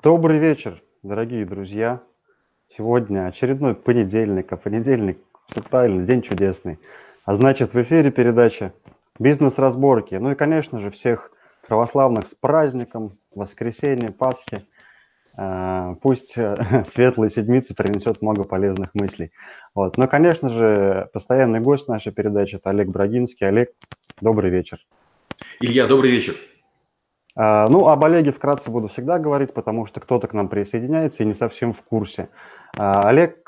Добрый вечер, дорогие друзья. Сегодня очередной понедельник, а понедельник, все правильно, день чудесный. А значит, в эфире передача «Бизнес-разборки». Ну и, конечно же, всех православных с праздником, воскресенье, Пасхи. Пусть светлая седмица принесет много полезных мыслей. Вот. Ну, конечно же, постоянный гость нашей передачи– это Олег Брагинский. Олег, добрый вечер. Илья, добрый вечер. Ну, об Олеге вкратце буду всегда говорить, потому что кто-то к нам присоединяется и не совсем в курсе. Олег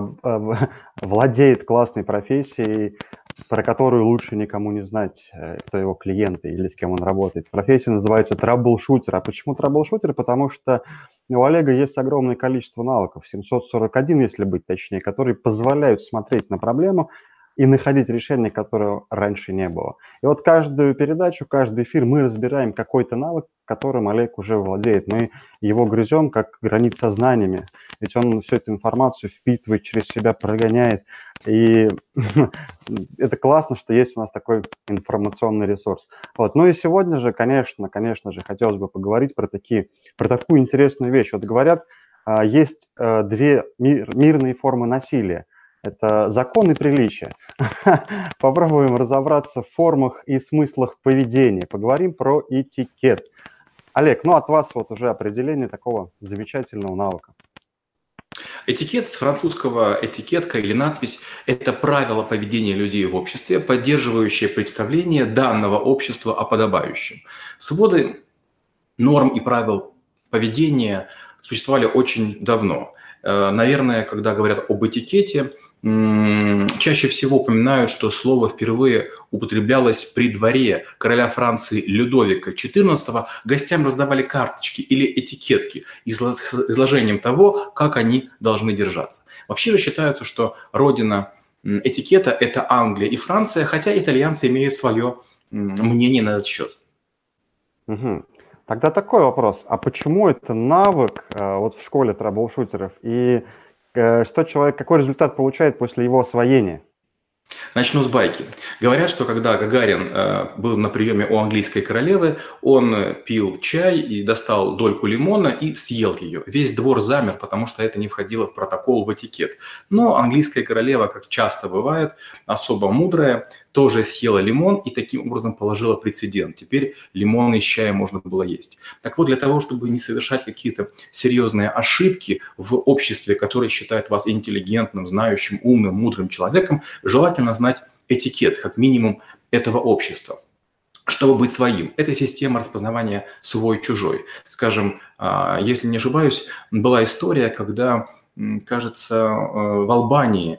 владеет классной профессией, про которую лучше никому не знать, кто его клиенты или с кем он работает. Профессия называется траблшутер. А почему траблшутер? Потому что у Олега есть огромное количество навыков, 741, если быть точнее, которые позволяют смотреть на проблему и находить решение, которого раньше не было. И вот каждую передачу, каждый эфир мы разбираем какой-то навык, которым Олег уже владеет. Мы его грызем, как гранит со знаниями. Ведь он всю эту информацию впитывает, через себя прогоняет. И это классно, что есть у нас такой информационный ресурс. Вот. Ну и сегодня же, конечно же, хотелось бы поговорить про такую интересную вещь. Вот говорят, есть две мирные формы насилия. Это закон и приличие. Попробуем разобраться в формах и смыслах поведения. Поговорим про этикет. Олег, ну от вас вот уже определение такого замечательного навыка. Этикет с французского этикетка или надпись – это правило поведения людей в обществе, поддерживающее представление данного общества о подобающем. Своды норм и правил поведения существовали очень давно. Наверное, когда говорят об этикете, чаще всего упоминают, что слово впервые употреблялось при дворе короля Франции Людовика XIV. Гостям раздавали карточки или этикетки с изложением того, как они должны держаться. Вообще же считается, что родина этикета – это Англия и Франция, хотя итальянцы имеют свое мнение на этот счет. Угу. Тогда такой вопрос. А почему это навык вот в школе трэблшутеров? И что человек, какой результат получает после его освоения? Начну с байки. Говорят, что когда Гагарин был на приеме у английской королевы, он пил чай и достал дольку лимона и съел ее. Весь двор замер, потому что это не входило в протокол, в этикет. Но английская королева, как часто бывает, особо мудрая, тоже съела лимон и таким образом положила прецедент. Теперь лимон из чая можно было есть. Так вот, для того, чтобы не совершать какие-то серьезные ошибки в обществе, которое считает вас интеллигентным, знающим, умным, мудрым человеком, желательно знать этикет, как минимум, этого общества. Чтобы быть своим. Это система распознавания свой-чужой. Скажем, если не ошибаюсь, была история, когда, кажется, в Албании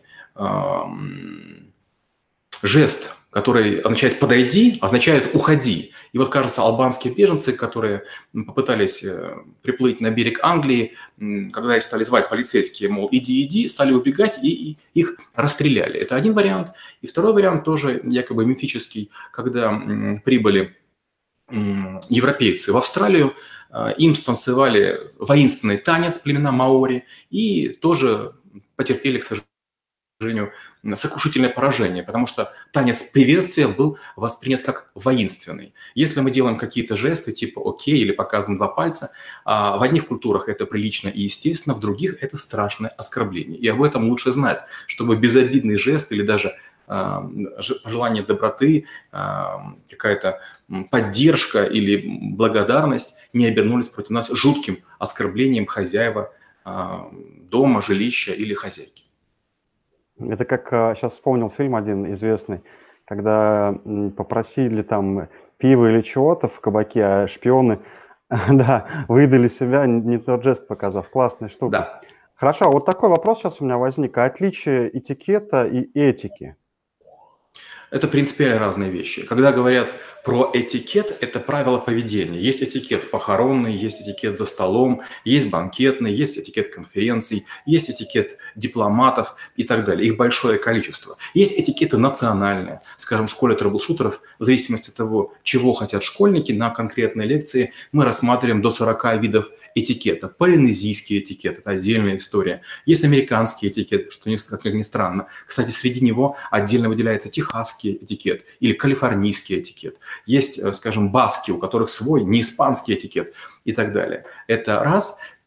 жест, который означает «подойди», означает «уходи». И вот, кажется, албанские беженцы, которые попытались приплыть на берег Англии, когда их стали звать полицейские, мол, иди, иди, стали убегать и их расстреляли. Это один вариант. И второй вариант тоже якобы мифический, когда прибыли европейцы в Австралию, им станцевали воинственный танец племена маори и тоже потерпели, к сожалению, сокрушительное поражение, потому что танец приветствия был воспринят как воинственный. Если мы делаем какие-то жесты типа «окей» или показываем два пальца, в одних культурах это прилично и естественно, в других это страшное оскорбление. И об этом лучше знать, чтобы безобидный жест или даже пожелание доброты, какая-то поддержка или благодарность не обернулись против нас жутким оскорблением хозяева дома, жилища или хозяйки. Это как, сейчас вспомнил фильм один известный, когда попросили там пиво или чего-то в кабаке, а шпионы, да, выдали себя, не тот жест показав. Классная штука. Да. Хорошо, вот такой вопрос сейчас у меня возник. А отличие этикета и этики? Это принципиально разные вещи. Когда говорят про этикет, это правила поведения. Есть этикет похоронный, есть этикет за столом, есть банкетный, есть этикет конференций, есть этикет дипломатов и так далее. Их большое количество. Есть этикеты национальные. Скажем, в школе трэблшутеров, в зависимости от того, чего хотят школьники, на конкретной лекции мы рассматриваем до 40 видов этикета. Полинезийский этикет – это отдельная история. Есть американский этикет, что, как ни странно. Кстати, среди него отдельно выделяется техасский этикет или калифорнийский этикет. Есть, скажем, баски, у которых свой не испанский этикет и так далее. Это раз.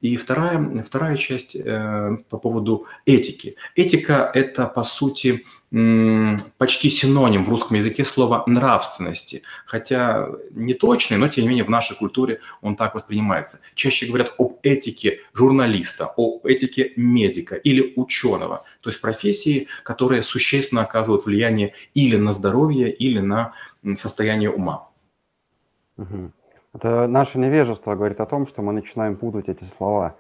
И вторая часть по поводу этики. Этика – это, по сути, почти синоним в русском языке слова «нравственности». Хотя не точный, но, тем не менее, в нашей культуре он так воспринимается. Чаще говорят об этике журналиста, об этике медика или ученого. То есть профессии, которые существенно оказывают влияние или на здоровье, или на состояние ума. Мгм. Это наше невежество говорит о том, что мы начинаем путать эти слова.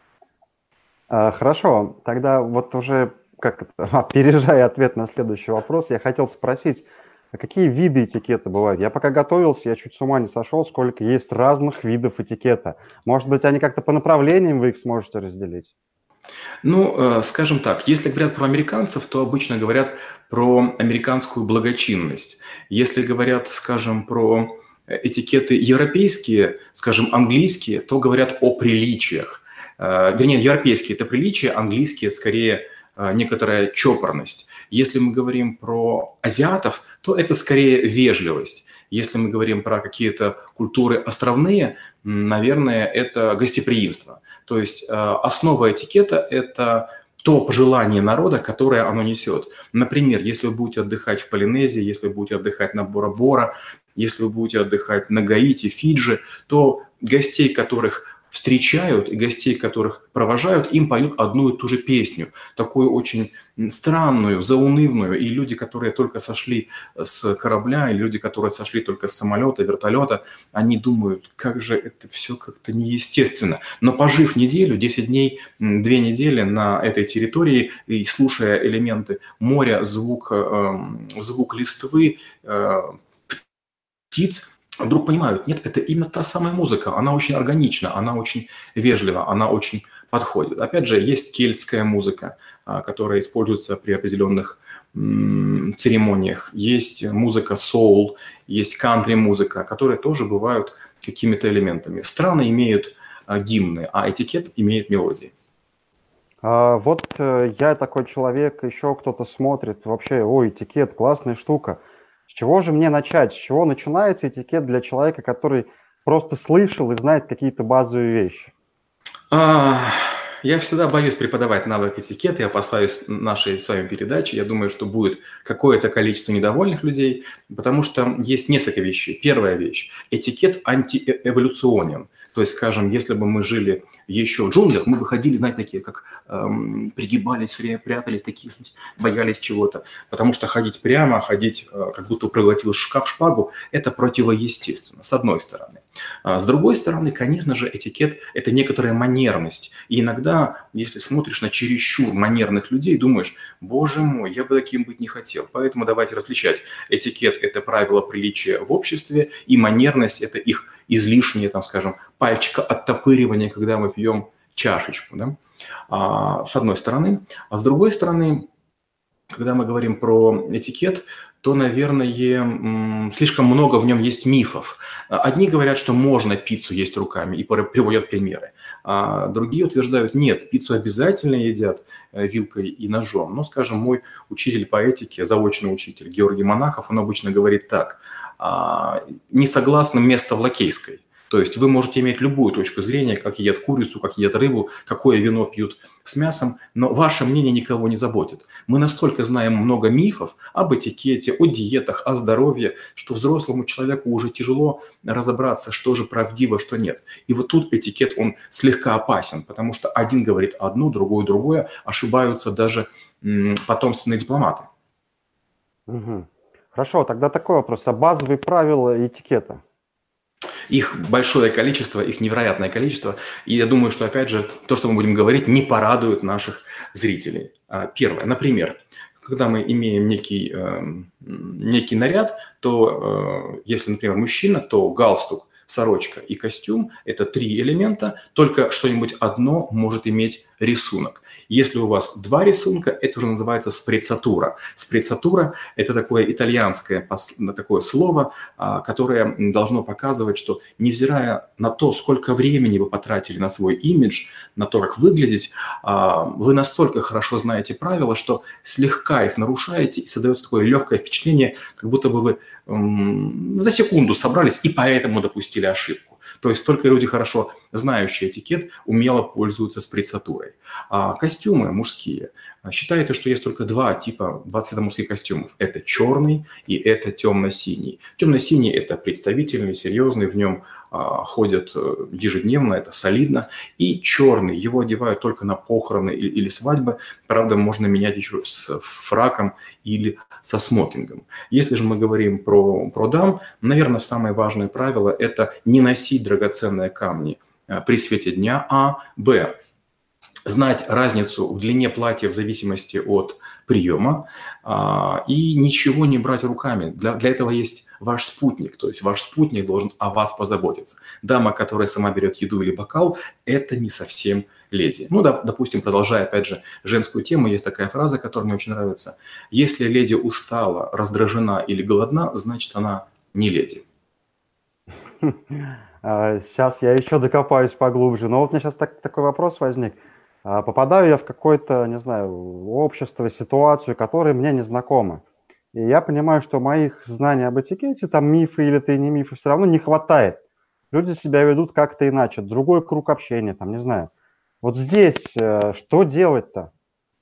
Хорошо, тогда вот уже опережая ответ на следующий вопрос, я хотел спросить, а какие виды этикета бывают? Я пока готовился, я чуть с ума не сошел, сколько есть разных видов этикета. Может быть, они как-то по направлениям вы их сможете разделить? Ну, скажем так, если говорят про американцев, то обычно говорят про американскую благочинность. Если говорят, скажем, про этикеты европейские, скажем, английские, то говорят о приличиях. Вернее, европейские – это приличия, английские – скорее некоторая чопорность. Если мы говорим про азиатов, то это скорее вежливость. Если мы говорим про какие-то культуры островные, наверное, это гостеприимство. То есть основа этикета – это то пожелание народа, которое оно несет. Например, если вы будете отдыхать в Полинезии, если вы будете отдыхать на Бора-Бора, если вы будете отдыхать на Гаити, Фиджи, то гостей, которых встречают и гостей, которых провожают, им поют одну и ту же песню, такую очень странную, заунывную. И люди, которые только сошли с корабля, и люди, которые сошли только с самолета, вертолета, они думают, как же это все как-то неестественно. Но пожив неделю, 10 дней, 2 недели на этой территории и слушая элементы моря, звук листвы, птиц, вдруг понимают, нет, это именно та самая музыка, она очень органична, она очень вежлива, она очень подходит. Опять же, есть кельтская музыка, которая используется при определенных церемониях, есть музыка соул, есть кантри-музыка, которые тоже бывают какими-то элементами. Страны имеют гимны, а этикет имеет мелодии. Я такой человек, еще кто-то смотрит, вообще, ой, этикет, классная штука. С чего же мне начать? С чего начинается этикет для человека, который просто слышал и знает какие-то базовые вещи? Я всегда боюсь преподавать навык этикета, я опасаюсь нашей с вами передачи. Я думаю, что будет какое-то количество недовольных людей, потому что есть несколько вещей. Первая вещь – этикет антиэволюционен. То есть, скажем, если бы мы жили еще в джунглях, мы бы ходили, знаете, такие, как пригибались, прятались, такие, боялись чего-то. Потому что ходить прямо, ходить, как будто проглотил шпагу – это противоестественно, с одной стороны. С другой стороны, конечно же, этикет – это некоторая манерность. И иногда, если смотришь на чересчур манерных людей, думаешь, боже мой, я бы таким быть не хотел. Поэтому давайте различать. Этикет – это правила приличия в обществе, и манерность – это их излишнее, там, скажем, пальчика оттопыривание, когда мы пьем чашечку. Да? С одной стороны. А с другой стороны, когда мы говорим про этикет, то, наверное, слишком много в нем есть мифов. Одни говорят, что можно пиццу есть руками и приводят примеры. А другие утверждают, нет, пиццу обязательно едят вилкой и ножом. Но, скажем, мой учитель по этике, заочный учитель Георгий Монахов, он обычно говорит так, не согласно место в Лакейской. То есть вы можете иметь любую точку зрения, как едят курицу, как едят рыбу, какое вино пьют с мясом, но ваше мнение никого не заботит. Мы настолько знаем много мифов об этикете, о диетах, о здоровье, что взрослому человеку уже тяжело разобраться, что же правдиво, что нет. И вот тут этикет, он слегка опасен, потому что один говорит одно, другой другое, ошибаются даже потомственные дипломаты. Угу. Хорошо, тогда такой вопрос. А базовые правила этикета? Их большое количество, их невероятное количество. И я думаю, что, опять же, то, что мы будем говорить, не порадует наших зрителей. Первое. Например, когда мы имеем некий наряд, то если, например, мужчина, то галстук, сорочка и костюм – это 3 элемента, только что-нибудь одно может иметь рисунок. Если у вас 2 рисунка, это уже называется спрецатура. Спрецатура – это такое итальянское такое слово, которое должно показывать, что невзирая на то, сколько времени вы потратили на свой имидж, на то, как выглядеть, вы настолько хорошо знаете правила, что слегка их нарушаете, и создается такое легкое впечатление, как будто бы вы за секунду собрались и поэтому допустили ошибку. То есть только люди, хорошо знающие этикет, умело пользуются спрей-цатурой. А костюмы мужские. Считается, что есть только два цвета мужских костюмов. Это черный и это темно-синий. Темно-синий – это представительный, серьезный, в нем ходят ежедневно, это солидно. И черный, его одевают только на похороны или свадьбы. Правда, можно менять еще с фраком или со смокингом. Если же мы говорим про дам, наверное, самое важное правило – это не носить драгоценные камни при свете дня, б, знать разницу в длине платья в зависимости от приема и ничего не брать руками. Для этого есть ваш спутник, то есть ваш спутник должен о вас позаботиться. Дама, которая сама берет еду или бокал, это не совсем леди. Ну, допустим, продолжая, опять же, женскую тему, есть такая фраза, которая мне очень нравится. Если леди устала, раздражена или голодна, значит, она не леди. Сейчас я еще докопаюсь поглубже. Но вот у меня сейчас такой вопрос возник. Попадаю я в какое-то, не знаю, общество, ситуацию, которая мне не знакома. И я понимаю, что моих знаний об этикете, там мифы или это и не мифы, все равно не хватает. Люди себя ведут как-то иначе, другой круг общения, там, не знаю. Вот здесь что делать-то?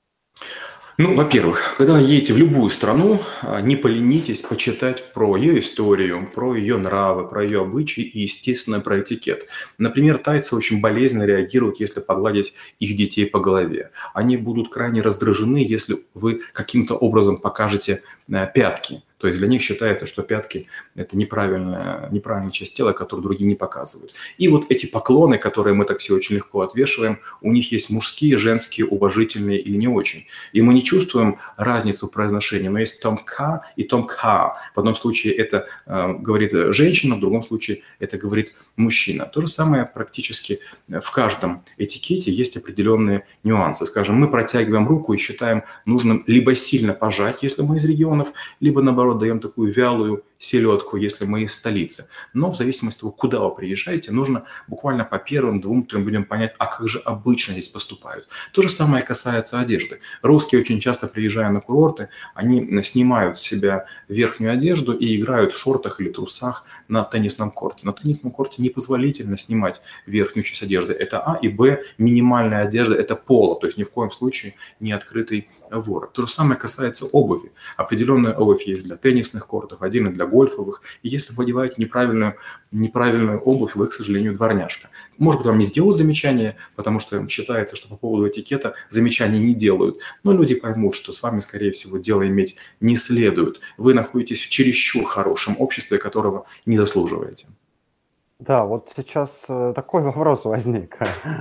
Ну, во-первых, когда вы едете в любую страну, не поленитесь почитать про ее историю, про ее нравы, про ее обычаи и, естественно, про этикет. Например, тайцы очень болезненно реагируют, если погладить их детей по голове. Они будут крайне раздражены, если вы каким-то образом покажете пятки. То есть для них считается, что пятки – это неправильная часть тела, которую другие не показывают. И вот эти поклоны, которые мы так все очень легко отвешиваем, у них есть мужские, женские, уважительные или не очень. И мы не чувствуем разницу в произношении, но есть том-ка и том-ка. В одном случае это говорит женщина, в другом случае это говорит мужчина. То же самое практически в каждом этикете есть определенные нюансы. Скажем, мы протягиваем руку и считаем нужным либо сильно пожать, если мы из регионов, либо наоборот даем такую вялую селедку, если мы из столицы. Но в зависимости от того, куда вы приезжаете, нужно буквально по первым 2-3 людям понять, а как же обычно здесь поступают. То же самое касается одежды. Русские очень часто, приезжая на курорты, они снимают с себя верхнюю одежду и играют в шортах или трусах на теннисном корте. На теннисном корте непозволительно снимать верхнюю часть одежды. Это А. И Б. Минимальная одежда – это поло, то есть ни в коем случае не открытый ворот. То же самое касается обуви. Определенная обувь есть для теннисных кортов, отдельно для гольфовых. И если вы одеваете неправильную обувь, вы, к сожалению, дворняжка. Может быть, вам не сделают замечания, потому что считается, что по поводу этикета замечаний не делают. Но люди поймут, что с вами, скорее всего, дело иметь не следует. Вы находитесь в чересчур хорошем обществе, которого не заслуживаете. Да, вот сейчас такой вопрос возник.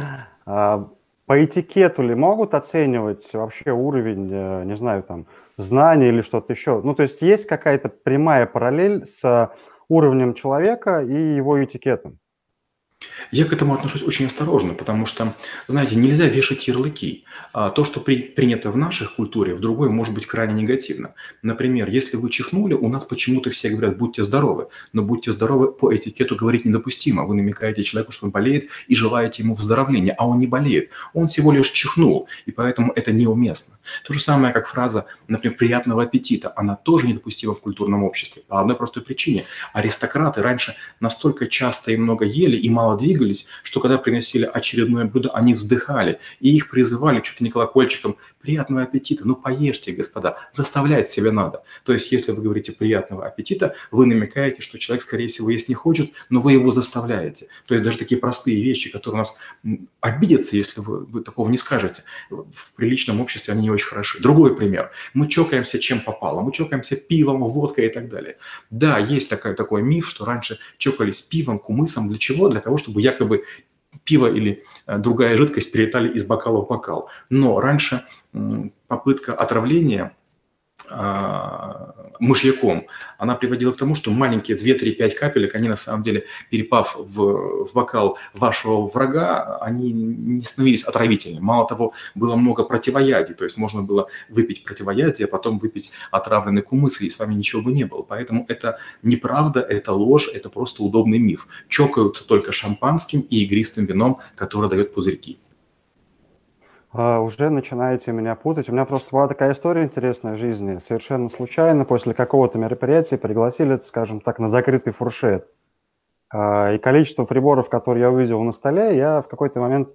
По этикету ли могут оценивать вообще уровень, не знаю, там, знаний или что-то еще? Ну, то есть есть какая-то прямая параллель с уровнем человека и его этикетом? Я к этому отношусь очень осторожно, потому что, знаете, нельзя вешать ярлыки. То, что принято в нашей культуре, в другой может быть крайне негативно. Например, если вы чихнули, у нас почему-то все говорят «будьте здоровы», но «будьте здоровы» по этикету говорить недопустимо. Вы намекаете человеку, что он болеет, и желаете ему выздоровления, а он не болеет. Он всего лишь чихнул, и поэтому это неуместно. То же самое, как фраза, например, «приятного аппетита», она тоже недопустима в культурном обществе. По одной простой причине. Аристократы раньше настолько часто и много ели, и мало двигались, что когда приносили очередное блюдо, они вздыхали, и их призывали чуть ли не колокольчиком «приятного аппетита». Ну, поешьте, господа, заставлять себя надо. То есть, если вы говорите «приятного аппетита», вы намекаете, что человек, скорее всего, есть не хочет, но вы его заставляете. То есть, даже такие простые вещи, которые у нас обидятся, если вы такого не скажете, в приличном обществе они не очень хороши. Другой пример. Мы чокаемся чем попало. Мы чокаемся пивом, водкой и так далее. Да, есть такой миф, что раньше чокались пивом, кумысом. Для чего? Для того, чтобы якобы пиво или другая жидкость перелетали из бокала в бокал. Но раньше попытка отравления мышьяком, она приводила к тому, что маленькие 2-3-5 капелек, они на самом деле, перепав в бокал вашего врага, они не становились отравительными. Мало того, было много противоядий, то есть можно было выпить противоядие, а потом выпить отравленный кумыс, и с вами ничего бы не было. Поэтому это неправда, это ложь, это просто удобный миф. Чокаются только шампанским и игристым вином, которое дает пузырьки. Уже начинаете меня путать. У меня просто была такая история интересная в жизни. Совершенно случайно после какого-то мероприятия пригласили, скажем так, на закрытый фуршет. и количество приборов, которые я увидел на столе, я в какой-то момент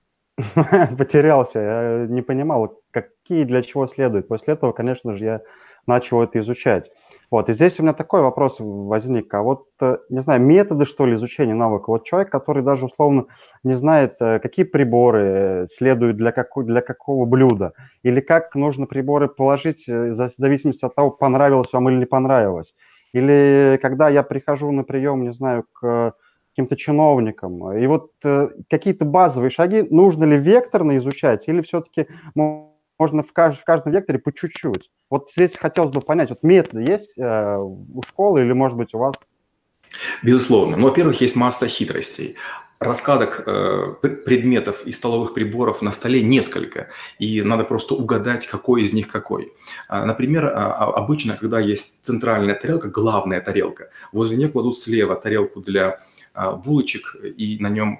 потерялся, я не понимал, какие для чего следуют. После этого, конечно же, я начал это изучать. Вот, и здесь у меня такой вопрос возник. А вот, не знаю, методы, что ли, изучения навыка. Вот человек, который даже условно не знает, какие приборы следуют для какого блюда, или как нужно приборы положить, в зависимости от того, понравилось вам или не понравилось. Или когда я прихожу на прием, не знаю, к каким-то чиновникам, и вот какие-то базовые шаги, нужно ли векторно изучать, или все-таки можно в каждом векторе по чуть-чуть. Вот здесь хотелось бы понять, вот методы есть у школы или, может быть, у вас? Безусловно. Ну, во-первых, есть масса хитростей. Раскладок предметов и столовых приборов на столе несколько, и надо просто угадать, какой из них какой. Например, обычно, когда есть центральная тарелка, главная тарелка, возле нее кладут слева тарелку для булочек и на нем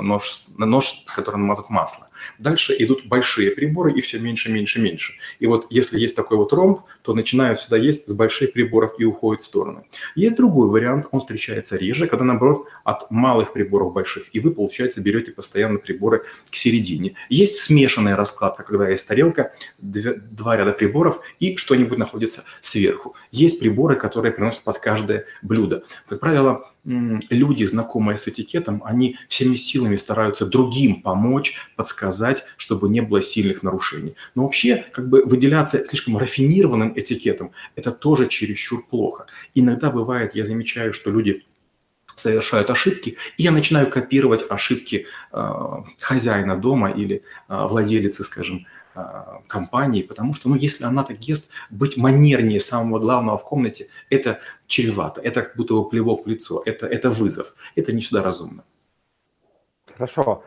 нож, который намазан масло. Дальше идут большие приборы и все меньше, меньше, меньше. И вот если есть такой вот ромб, то начинают всегда есть с больших приборов и уходят в сторону. Есть другой вариант, он встречается реже, когда, наоборот, от малых приборов больших, и вы, получается, берете постоянно приборы к середине. Есть смешанная раскладка, когда есть тарелка, два ряда приборов и что-нибудь находится сверху. Есть приборы, которые приносят под каждое блюдо. Как правило, люди, знакомые с этикетом, они всеми силами стараются другим помочь, подсказать, чтобы не было сильных нарушений. Но вообще, как бы выделяться слишком рафинированным этикетом, это тоже чересчур плохо. Иногда бывает, я замечаю, что люди совершают ошибки, и я начинаю копировать ошибки хозяина дома или владелицы, скажем, компании, потому что, ну, если она так ест, быть манернее самого главного в комнате, это чревато, это как будто бы плевок в лицо, это вызов, это не всегда разумно. Хорошо.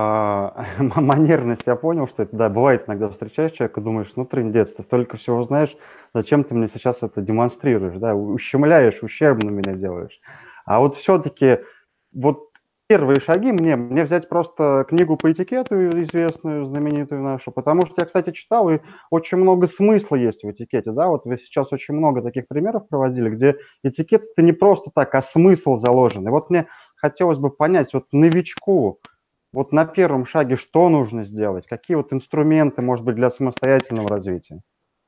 Манерность, я понял, что это, да, бывает иногда встречаешь человека, думаешь, ну, трындец, ты столько всего знаешь, зачем ты мне сейчас это демонстрируешь, да, ущемляешь, ущербно меня делаешь. А вот все-таки вот первые шаги мне взять просто книгу по этикету известную, знаменитую нашу, потому что я, кстати, читал, и очень много смысла есть в этикете, да, вот вы сейчас очень много таких примеров проводили, где этикет это не просто так, а смысл заложен. И вот мне хотелось бы понять, вот новичку, вот на первом шаге что нужно сделать? Какие вот инструменты, может быть, для самостоятельного развития?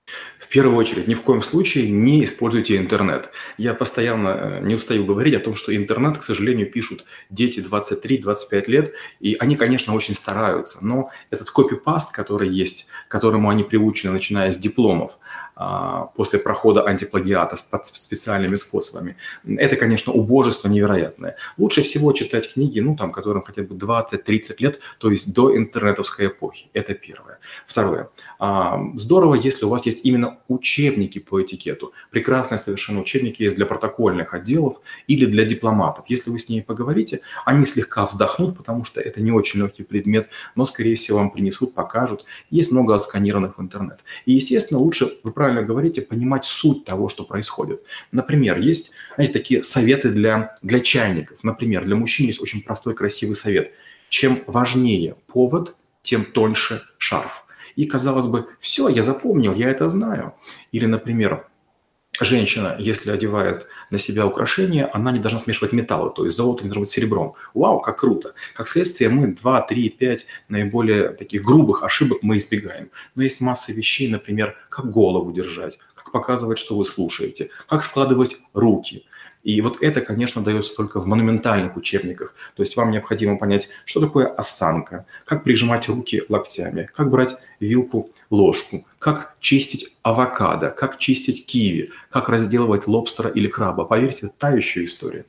В первую очередь, ни в коем случае не используйте интернет. Я постоянно не устаю говорить о том, что интернет, к сожалению, пишут дети 23-25 лет, и они, конечно, очень стараются, но этот копипаст, который есть, к которому они приучены, начиная с дипломов, после прохода антиплагиата под специальными способами, это, конечно, убожество невероятное. Лучше всего читать книги, ну, там, которым хотя бы 20-30 лет, то есть до интернетовской эпохи. Это первое. Второе. Здорово, если у вас есть именно учебники по этикету. Прекрасные совершенно учебники есть для протокольных отделов или для дипломатов. Если вы с ними поговорите, они слегка вздохнут, потому что это не очень легкий предмет, но, скорее всего, вам принесут, покажут. Есть много отсканированных в интернет. И, естественно, лучше, вы правильно говорите, понимать суть того, что происходит. Например, есть, знаете, такие советы для чайников. Например, для мужчин есть очень простой, красивый совет. Чем важнее повод, тем тоньше шарф. И, казалось бы, все, я запомнил, я это знаю. Или, например, женщина, если одевает на себя украшения, она не должна смешивать металлы, то есть золото не должно быть серебром. Вау, как круто. Как следствие, мы 2, 3, 5 наиболее таких грубых ошибок мы избегаем. Но есть масса вещей, например, как голову держать, как показывать, что вы слушаете, как складывать руки. И вот это, конечно, дается только в монументальных учебниках. То есть вам необходимо понять, что такое осанка, как прижимать руки локтями, как брать вилку, ложку, как чистить авокадо, как чистить киви, как разделывать лобстера или краба. Поверьте, это та еще история.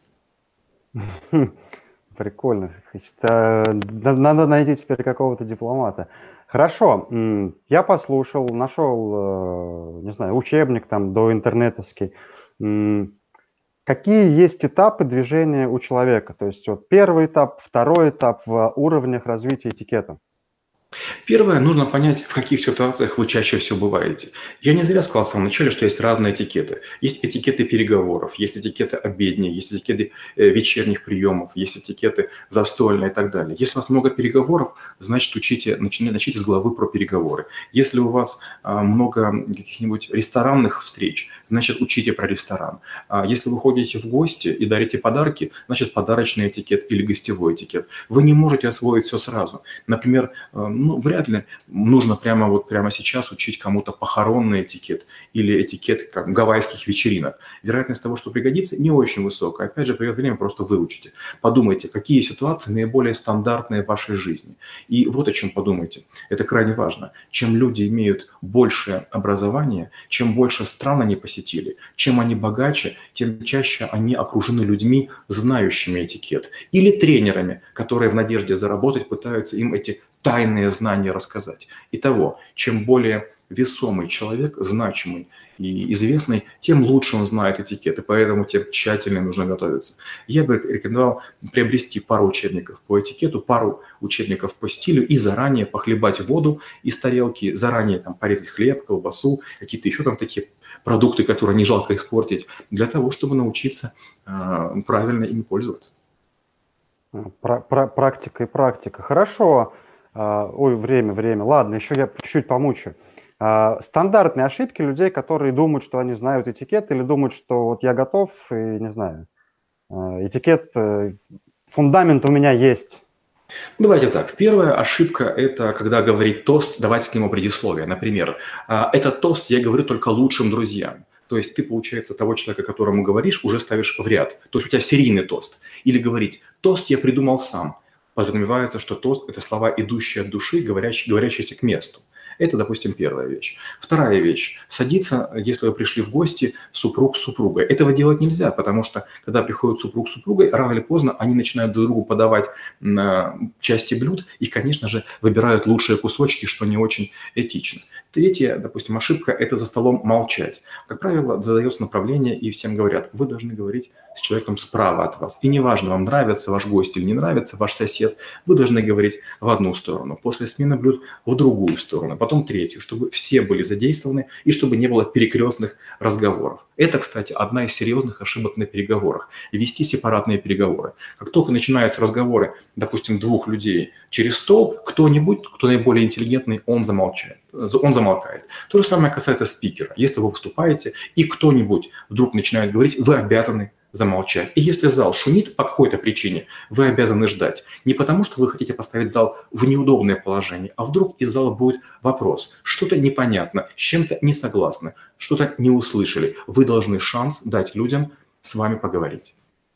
Прикольно. Значит, надо найти теперь какого-то дипломата. Хорошо, я послушал, нашел, не знаю, учебник там до интернетовский. Какие есть этапы движения у человека? То есть вот первый этап, второй этап в уровнях развития этикета. Первое, нужно понять, в каких ситуациях вы чаще всего бываете. Я не зря сказал в самом начале, что есть разные этикеты. Есть этикеты переговоров, есть этикеты обедни, есть этикеты вечерних приемов, есть этикеты застольные и так далее. Если у вас много переговоров, значит, начните с главы про переговоры. Если у вас много каких-нибудь ресторанных встреч, значит, учите про ресторан. Если вы ходите в гости и дарите подарки, значит, подарочный этикет или гостевой этикет. Вы не можете освоить все сразу. Например, вряд ли нужно прямо сейчас учить кому-то похоронный этикет или этикет как гавайских вечеринок. Вероятность того, что пригодится, не очень высокая. Опять же, придет время, просто выучите. Подумайте, какие ситуации наиболее стандартные в вашей жизни. И вот о чем подумайте. Это крайне важно. Чем люди имеют большее образование, чем больше стран они посетили, чем они богаче, тем чаще они окружены людьми, знающими этикет. Или тренерами, которые в надежде заработать пытаются им эти тайные знания рассказать. Итого, чем более весомый человек, значимый и известный, тем лучше он знает этикет, и поэтому тем тщательнее нужно готовиться. Я бы рекомендовал приобрести пару учебников по этикету, пару учебников по стилю и заранее похлебать воду из тарелки, заранее там порезать хлеб, колбасу, какие-то еще там такие продукты, которые не жалко испортить, для того, чтобы научиться правильно ими пользоваться. Практика и практика. Хорошо. Ой, время. Ладно, еще я чуть-чуть помучу. Стандартные ошибки людей, которые думают, что они знают этикет, или думают, что вот я готов, и не знаю, этикет, фундамент у меня есть. Давайте так. Первая ошибка – это когда говорит тост, давайте к нему предисловие. Например, этот тост я говорю только лучшим друзьям. То есть ты, получается, того человека, которому говоришь, уже ставишь в ряд. То есть у тебя серийный тост. Или говорить «тост я придумал сам». Подразумевается, что тост – это слова, идущие от души, говорящиеся к месту. Это, допустим, первая вещь. Вторая вещь. Садиться, если вы пришли в гости, супруг с супругой. Этого делать нельзя, потому что, когда приходит супруг с супругой, рано или поздно они начинают друг другу подавать части блюд и, конечно же, выбирают лучшие кусочки, что не очень этично. Третья, допустим, ошибка – это за столом молчать. Как правило, задается направление, и всем говорят, вы должны говорить с человеком справа от вас. И неважно, вам нравится ваш гость или не нравится ваш сосед, вы должны говорить в одну сторону, после смены блюд в другую сторону, потом третью, чтобы все были задействованы и чтобы не было перекрестных разговоров. Это, кстати, одна из серьезных ошибок на переговорах – вести сепаратные переговоры. Как только начинаются разговоры, допустим, двух людей через стол, кто-нибудь, кто наиболее интеллигентный, он замолкает. То же самое касается спикера. Если вы выступаете, и кто-нибудь вдруг начинает говорить, вы обязаны замолчать. И если зал шумит по какой-то причине, вы обязаны ждать. Не потому, что вы хотите поставить зал в неудобное положение, а вдруг из зала будет вопрос. Что-то непонятно, с чем-то не согласны, что-то не услышали. Вы должны шанс дать людям с вами поговорить.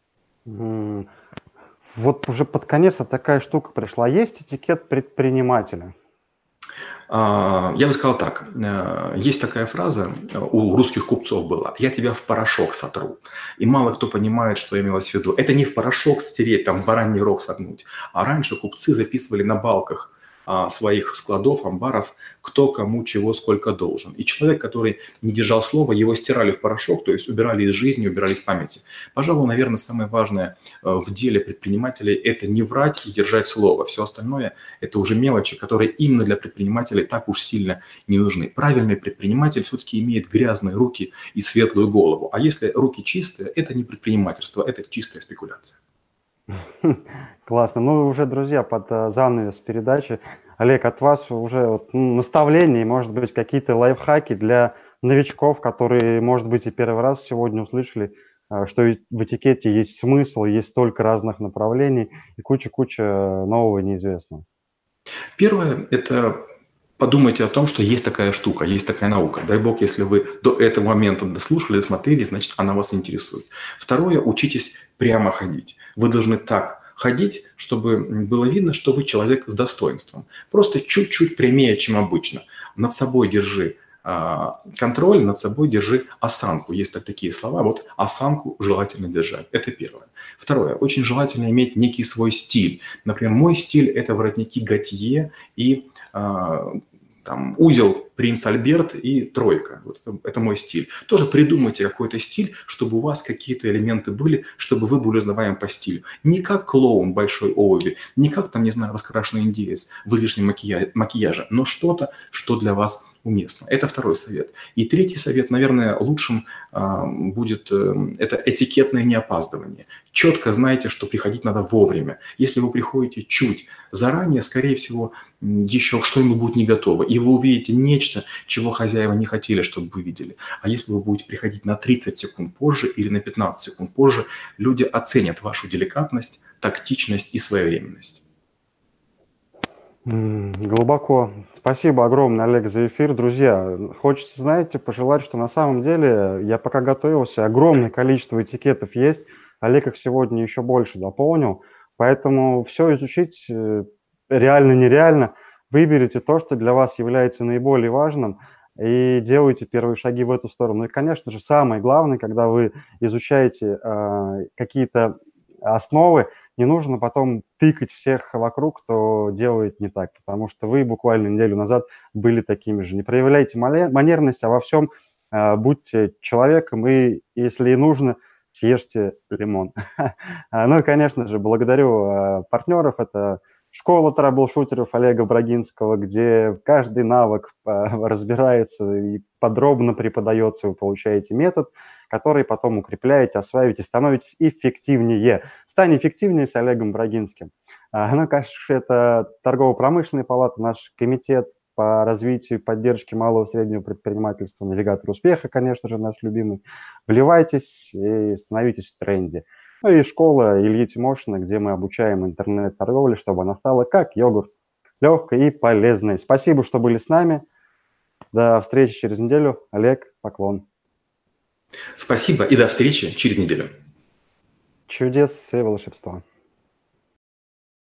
Вот уже под конец такая штука пришла. Есть этикет предпринимателя? Я бы сказал так. Есть такая фраза у русских купцов была: «Я тебя в порошок сотру». И мало кто понимает, что имелось в виду. Это не в порошок стереть, там бараний рог согнуть. А раньше купцы записывали на балках своих складов, амбаров, кто кому чего сколько должен. И человек, который не держал слова, его стирали в порошок, то есть убирали из жизни, убирали из памяти. Пожалуй, наверное, самое важное в деле предпринимателей – это не врать и держать слово. Все остальное – это уже мелочи, которые именно для предпринимателей так уж сильно не нужны. Правильный предприниматель все-таки имеет грязные руки и светлую голову. А если руки чистые, это не предпринимательство, это чистая спекуляция. Классно. Ну, уже, друзья, под занавес передачи. Олег, от вас уже наставления, может быть, какие-то лайфхаки для новичков, которые, может быть, и первый раз сегодня услышали, что в этикете есть смысл, есть столько разных направлений и куча-куча нового и неизвестного. Первое – это подумайте о том, что есть такая штука, есть такая наука. Дай бог, если вы до этого момента дослушали, досмотрели, значит, она вас интересует. Второе – учитесь прямо ходить. Вы должны так ходить, чтобы было видно, что вы человек с достоинством. Просто чуть-чуть прямее, чем обычно. Над собой держи контроль, над собой держи осанку. Есть такие слова, вот осанку желательно держать. Это первое. Второе. Очень желательно иметь некий свой стиль. Например, мой стиль – это воротники готье и узел принц Альберт и тройка. Вот это мой стиль. Тоже придумайте какой-то стиль, чтобы у вас какие-то элементы были, чтобы вы были узнаваемы по стилю. Не как клоун большой обуви, не как там, не знаю, раскрашенный индеец в излишнем макияже, но что-то, что для вас уместно. Это второй совет. И третий совет, наверное, лучшим будет это этикетное неопаздывание. Четко знайте, что приходить надо вовремя. Если вы приходите чуть заранее, скорее всего, еще что-нибудь будет не готово. И вы увидите нечто, чего хозяева не хотели, чтобы вы видели. А если вы будете приходить на 30 секунд позже или на 15 секунд позже, люди оценят вашу деликатность, тактичность и своевременность. Глубоко. Спасибо огромное, Олег, за эфир. Друзья, хочется, знаете, пожелать, что на самом деле я пока готовился, огромное количество этикетов есть. Олег их сегодня еще больше дополнил. Поэтому все изучить реально-нереально. Выберите то, что для вас является наиболее важным, и делайте первые шаги в эту сторону. Ну и, конечно же, самое главное, когда вы изучаете какие-то основы, не нужно потом тыкать всех вокруг, кто делает не так, потому что вы буквально неделю назад были такими же. Не проявляйте манерность, а во всем будьте человеком, и если и нужно, съешьте лимон. Ну и, конечно же, благодарю партнеров. Это школа трэблшутеров Олега Брагинского, где каждый навык разбирается и подробно преподается. Вы получаете метод, который потом укрепляете, осваиваете, становитесь эффективнее. Стань эффективнее с Олегом Брагинским. Ну, конечно, это торгово-промышленная палата, наш комитет по развитию и поддержке малого и среднего предпринимательства, навигатор успеха, конечно же, наш любимый. Вливайтесь и становитесь в тренде. Ну и школа Ильи Тимошина, где мы обучаем интернет-торговле, чтобы она стала как йогурт, легкой и полезной. Спасибо, что были с нами. До встречи через неделю. Олег, поклон. Спасибо и до встречи через неделю. Чудес и волшебства.